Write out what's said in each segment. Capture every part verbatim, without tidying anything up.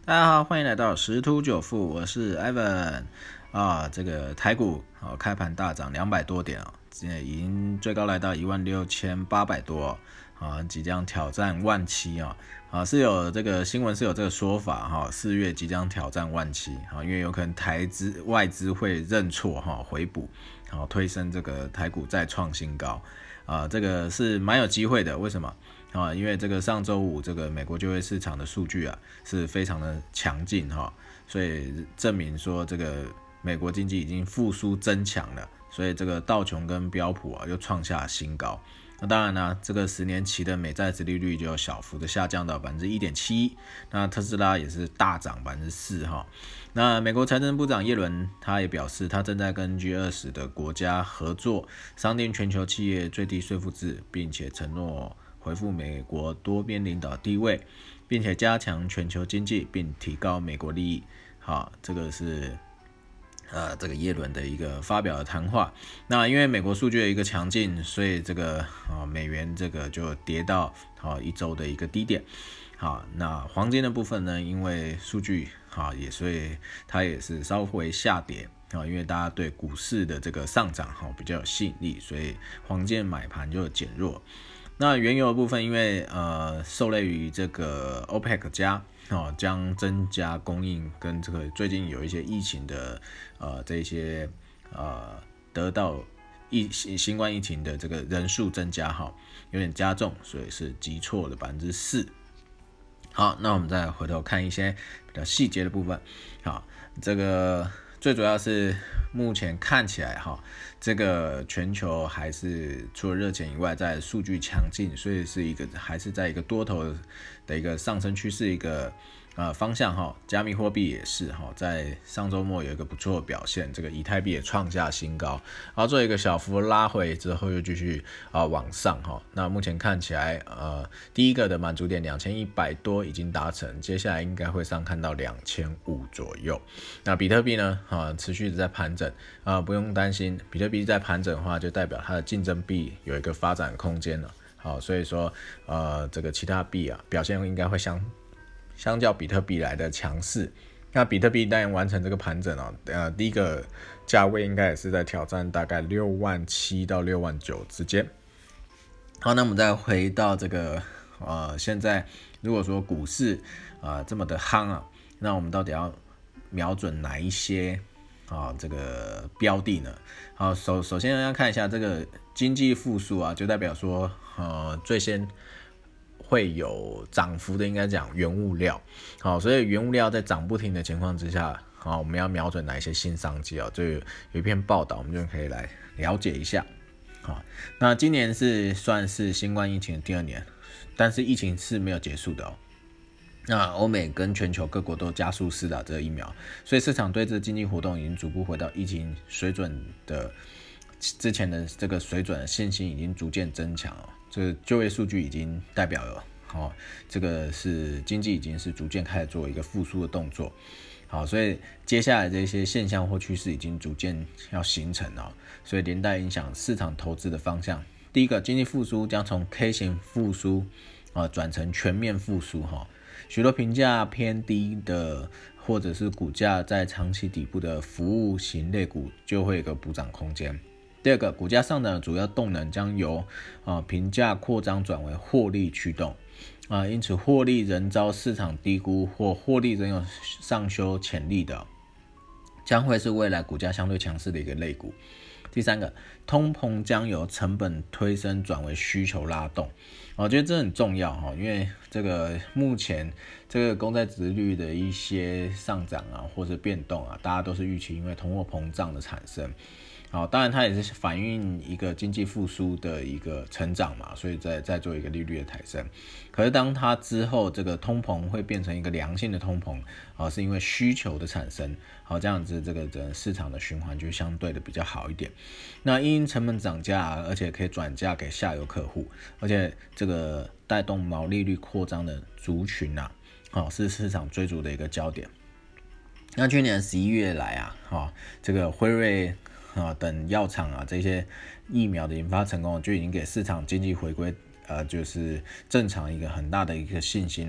大家好，欢迎来到十突九富，我是 Ivan 啊。这个台股啊开盘大涨两百多点啊，现在已经最高来到一万六千八百多啊，即将挑战万七啊。啊，是有这个新闻是有这个说法哈，四月即将挑战万七啊，因为有可能台资外资会认错哈回补，好推升这个台股再创新高啊，这个是蛮有机会的。为什么？啊，因为这个上周五这个美国就业市场的数据啊是非常的强劲哈，所以证明说这个美国经济已经复苏增强了，所以这个道琼跟标普啊又创下新高。那当然呢，这个十年期的美债殖利率就小幅的下降到 百分之一点七， 那特斯拉也是大涨 百分之四 哈。那美国财政部长耶伦他也表示，他正在跟 G 二十 的国家合作，商定全球企业最低税负制，并且承诺恢复美国多边领导地位，并且加强全球经济，并提高美国利益。好，这个是呃这个耶伦的一个发表的谈话。那因为美国数据的一个强劲，所以这个啊、呃、美元这个就跌到好、呃、一周的一个低点。好，那黄金的部分呢，因为数据好也所以它也是稍微下跌。啊，因为大家对股市的这个上涨哈比较有吸引力，所以黄金买盘就减弱。那原油的部分，因为呃受累于这个 OPEC 加哦将增加供应，跟这个最近有一些疫情的呃这些呃得到疫新冠疫情的这个人数增加哈，有点加重，所以是急挫了 百分之四。好，那我们再回头看一些比较细节的部分。好，这个最主要是目前看起来哈，这个全球还是除了热钱以外，在数据强劲，所以是一个还是在一个多头的一个上升趋势一个呃方向哈。加密货币也是哈，在上周末有一个不错的表现，这个以太币也创下新高，然后做一个小幅拉回之后又继续啊、呃、往上哈。那目前看起来呃第一个的满足点两千一百多已经达成，接下来应该会上看到两千五百左右。那比特币呢啊持续的在盘整啊、呃，不用担心，比特币在盘整的话，就代表它的竞争币有一个发展空间了。好，所以说呃这个其他币啊表现应该会相相较比特币来的强势。那比特币当然完成这个盘整哦，呃第一个价位应该也是在挑战大概六万七到六万九之间。好，那我们再回到这个呃现在如果说股市啊、呃、这么的夯啊，那我们到底要瞄准哪一些啊这个标的呢？好，首首先要看一下这个经济复苏啊，就代表说呃最先会有涨幅的，应该讲原物料。好，所以原物料在涨不停的情况之下，好，我们要瞄准哪一些新商机啊？就有一篇报道，我们就可以来了解一下。好，那今年是算是新冠疫情的第二年，但是疫情是没有结束的哦。那欧美跟全球各国都加速施打这个疫苗，所以市场对这个经济活动已经逐步回到疫情水准的之前的这个水准的信心已经逐渐增强哦。这个就业数据已经代表了，哦，这个是经济已经是逐渐开始做一个复苏的动作。好，所以接下来这些现象或趋势已经逐渐要形成了，所以连带影响市场投资的方向。第一个，经济复苏将从 K 型复苏啊转成全面复苏哈。许多评价偏低的，或者是股价在长期底部的服务型类股就会有个补涨空间。第二个，股价上涨的主要动能将由啊评价扩张转为获利驱动啊，因此获利仍遭市场低估或获利仍有上修潜力的，将会是未来股价相对强势的一个类股。第三个，通膨将由成本推升转为需求拉动，我觉得这很重要哈，因为这个目前这个公债殖率的一些上涨啊，或者变动啊，大家都是预期因为通货膨胀的产生。好，当然它也是反映一个经济复苏的一个成长嘛，所以再再做一个利率的抬升。可是当它之后这个通膨会变成一个良性的通膨，啊，是因为需求的产生，好，这样子这个整个市场的循环就相对的比较好一点。那因成本涨价，而且可以转嫁给下游客户，而且这个带动毛利率扩张的族群啊，好，是市场追逐的一个焦点。那去年十一月来啊，好，这个辉瑞啊等药厂啊这些疫苗的研发成功，就已经给市场经济回归呃就是正常一个很大的一个信心了。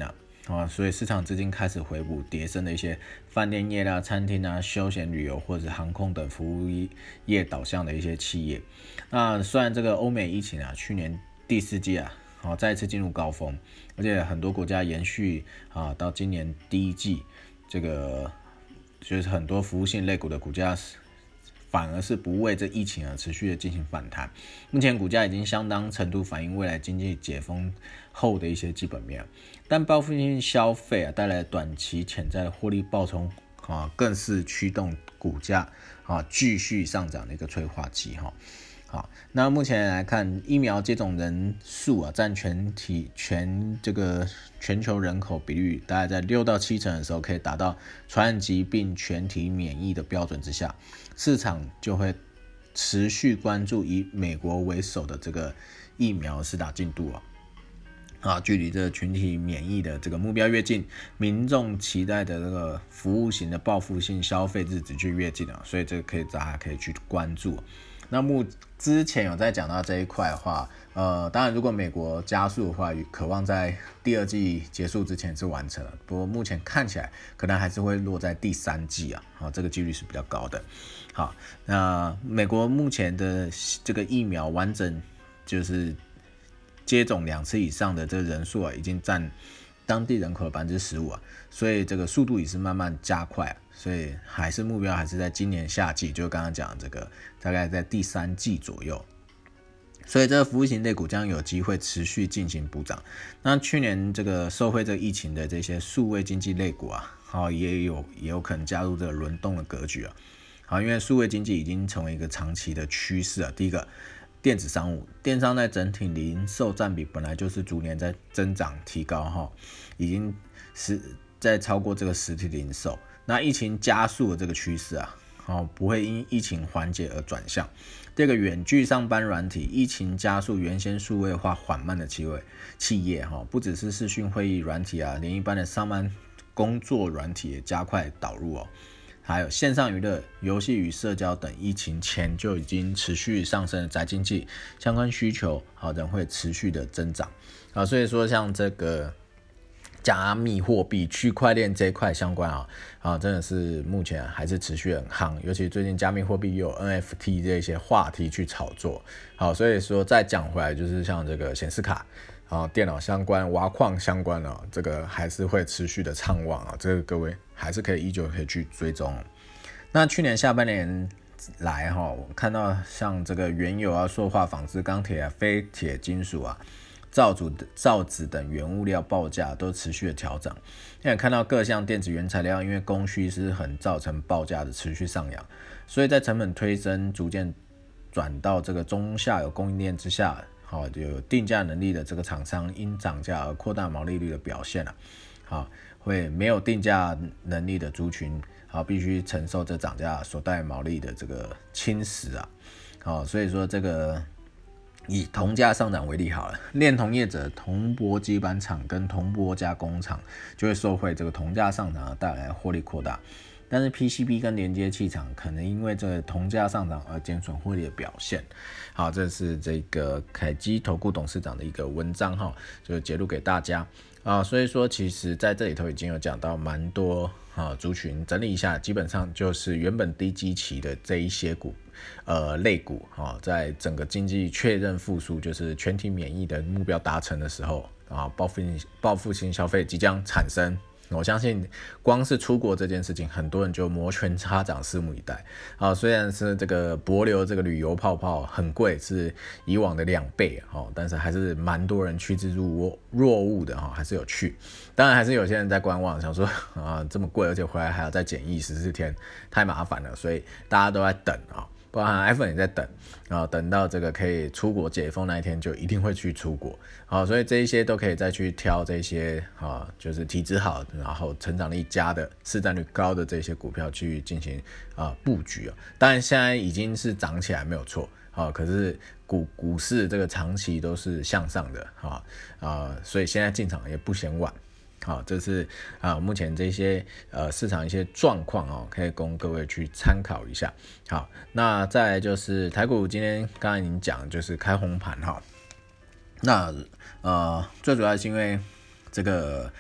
啊，所以市场资金开始回补跌升的一些饭店业啦、餐厅啊、休闲旅游或者航空等服务业导向的一些企业。那虽然这个欧美疫情啊，去年第四季啊，好再一次进入高峰，而且很多国家延续啊到今年第一季，这个就是很多服务性类股的股价反而是不为这疫情而持续的进行反弹。目前股价已经相当程度反映未来经济解封后的一些基本面，但报复性消费啊带来短期潜在的获利暴冲啊，更是驱动股价啊继续上涨的一个催化剂哈。好，那目前来看，疫苗接种人数啊，占全体全这个全球人口比率，大概在六到七成的时候，可以达到传染疾病全体免疫的标准之下，市场就会持续关注以美国为首的这个疫苗施打进度啊。啊，距离这个群体免疫的这个目标越近，民众期待的这个服务型的报复性消费日子就越近了，所以这个可以大家可以去关注。那目之前有在讲到这一块的话，呃，当然如果美国加速的话，渴望在第二季结束之前是完成了，不过目前看起来可能还是会落在第三季啊，啊，这个几率是比较高的。好，那美国目前的这个疫苗完整就是接种两次以上的这个人数啊，已经占当地人口的 百分之十五 啊，所以这个速度也是慢慢加快啊，所以还是目标还是在今年夏季，就刚刚讲的这个大概在第三季左右，所以这个服务型类股将有机会持续进行补涨。那去年这个受惠这个疫情的这些数位经济类股啊，好也有也有可能加入这个轮动的格局啊，好，因为数位经济已经成为一个长期的趋势啊。第一个，电子商务，电商在整体零售占比本来就是逐年在增长提高哈，已经是在超过这个实体零售。那疫情加速的这个趋势啊，哦，不会因疫情缓解而转向。第二个，远距上班软体，疫情加速原先数位化缓慢的企业，企业哈，不只是视讯会议软体啊，连一般的上班工作软体也加快导入哦。还有线上娱乐、游戏与社交等，疫情前就已经持续上升的宅经济相关需求，好，仍会持续的增长啊。所以说，像这个加密货币、区块链这一块相关啊，啊，真的是目前还是持续很夯，尤其最近加密货币又有 N F T 这些话题去炒作，好，所以说再讲回来，就是像这个显示卡。啊，电脑相关、挖矿相关啊，这个还是会持续的畅旺啊，这个各位还是可以依旧可以去追踪。那去年下半年来哈，我看到像这个原油啊、塑化、纺织、钢铁啊、非铁金属啊、造纸、造纸等原物料报价都持续的调涨。那也看到各项电子原材料因为供需失衡，造成报价的持续上扬，所以在成本推升逐渐转到这个中下游供应链之下。好，有定价能力的这个厂商因涨价而扩大毛利率的表现啊，好，会没有定价能力的族群，好，必须承受这涨价所带毛利的这个侵蚀啊，好，所以说这个以铜价上涨为例好了，炼铜业者、铜箔基板厂跟铜箔加工厂就会受惠这个铜价上涨而带来获利扩大。但是 P C B 跟连接器厂可能因为这个铜价上涨而减损获利的表现。好，这是这个凯基投顾董事长的一个文章哈，就揭露给大家啊。所以说，其实在这里头已经有讲到蛮多啊族群，整理一下，基本上就是原本低基期的这一些股，呃类股啊，在整个经济确认复苏，就是全体免疫的目标达成的时候啊，报复性报复性消费即将产生。我相信光是出国这件事情，很多人就摩拳擦掌，拭目以待。啊，虽然是这个帛琉这个旅游泡泡很贵，是以往的两倍，但是还是蛮多人趋之若若鹜的，还是有去。当然还是有些人在观望，想说啊这么贵，而且回来还要再检疫十四天，太麻烦了，所以大家都在等啊。包含 iPhone 也在等，然后等到这个可以出国解封那一天，就一定会去出国。好，所以这一些都可以再去挑这些啊，就是体质好，然后成长力佳的、市占率高的这些股票去进行啊布局啊。当然现在已经是涨起来没有错，啊，可是股股市这个长期都是向上的啊啊，所以现在进场也不嫌晚。好，这是啊目前这些呃市场一些状况哦，可以供各位去参考一下。好，那再来就是台股今天刚才已经讲，就是开红盘哈。那呃最主要是因为这个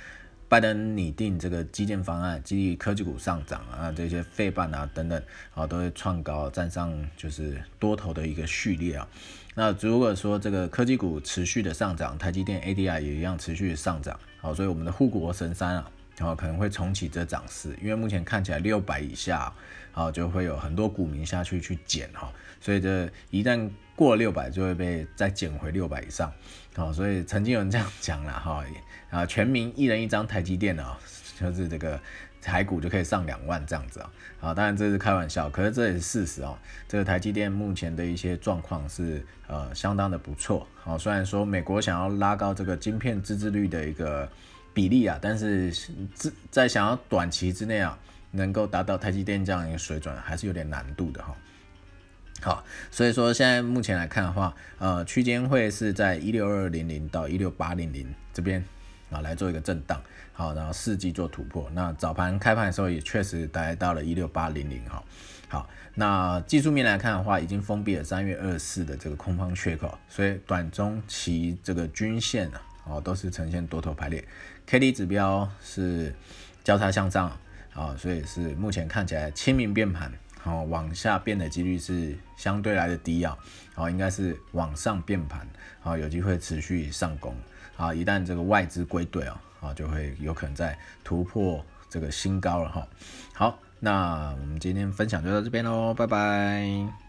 拜登拟定这个基建方案，激励科技股上涨啊，这些费半啊等等啊都会创高，站上就是多头的一个序列啊。那如果说这个科技股持续的上涨，台积电 A D R 也一样持续的上涨，好，所以我们的护国神山啊，然后可能会重启这涨势，因为目前看起来六百以下，好就会有很多股民下去去减哈，所以这一旦过六百就会被再减回六百以上，好，所以曾经有人这样讲了哈，啊全民一人一张台积电啊，就是这个台股就可以上两万这样子啊，好，当然这是开玩笑，可是这也是事实哦。这个台积电目前的一些状况是呃相当的不错，好，虽然说美国想要拉高这个晶片自制率的一个比例啊，但是在想要短期之内啊能够达到台积电这样一个水准，还是有点难度的哈。好，所以说现在目前来看的话，呃，区间会是在一六二零零到一六八零零这边啊来做一个震荡，好，然后伺机做突破。那早盘开盘的时候也确实来到了一六八零零哈。好，那技术面来看的话，已经封闭了三月二十四的这个空方缺口，所以短中期这个均线啊，哦都是呈现多头排列 ，K D 指标是交叉向上啊，所以是目前看起来清明变盘。好，往下变的几率是相对来的低啊，好，应该是往上变盘，好，有机会持续上攻，好，一旦这个外资归队啊，好，就会有可能再突破这个新高了哈。好，那我们今天分享就到这边喽，拜拜。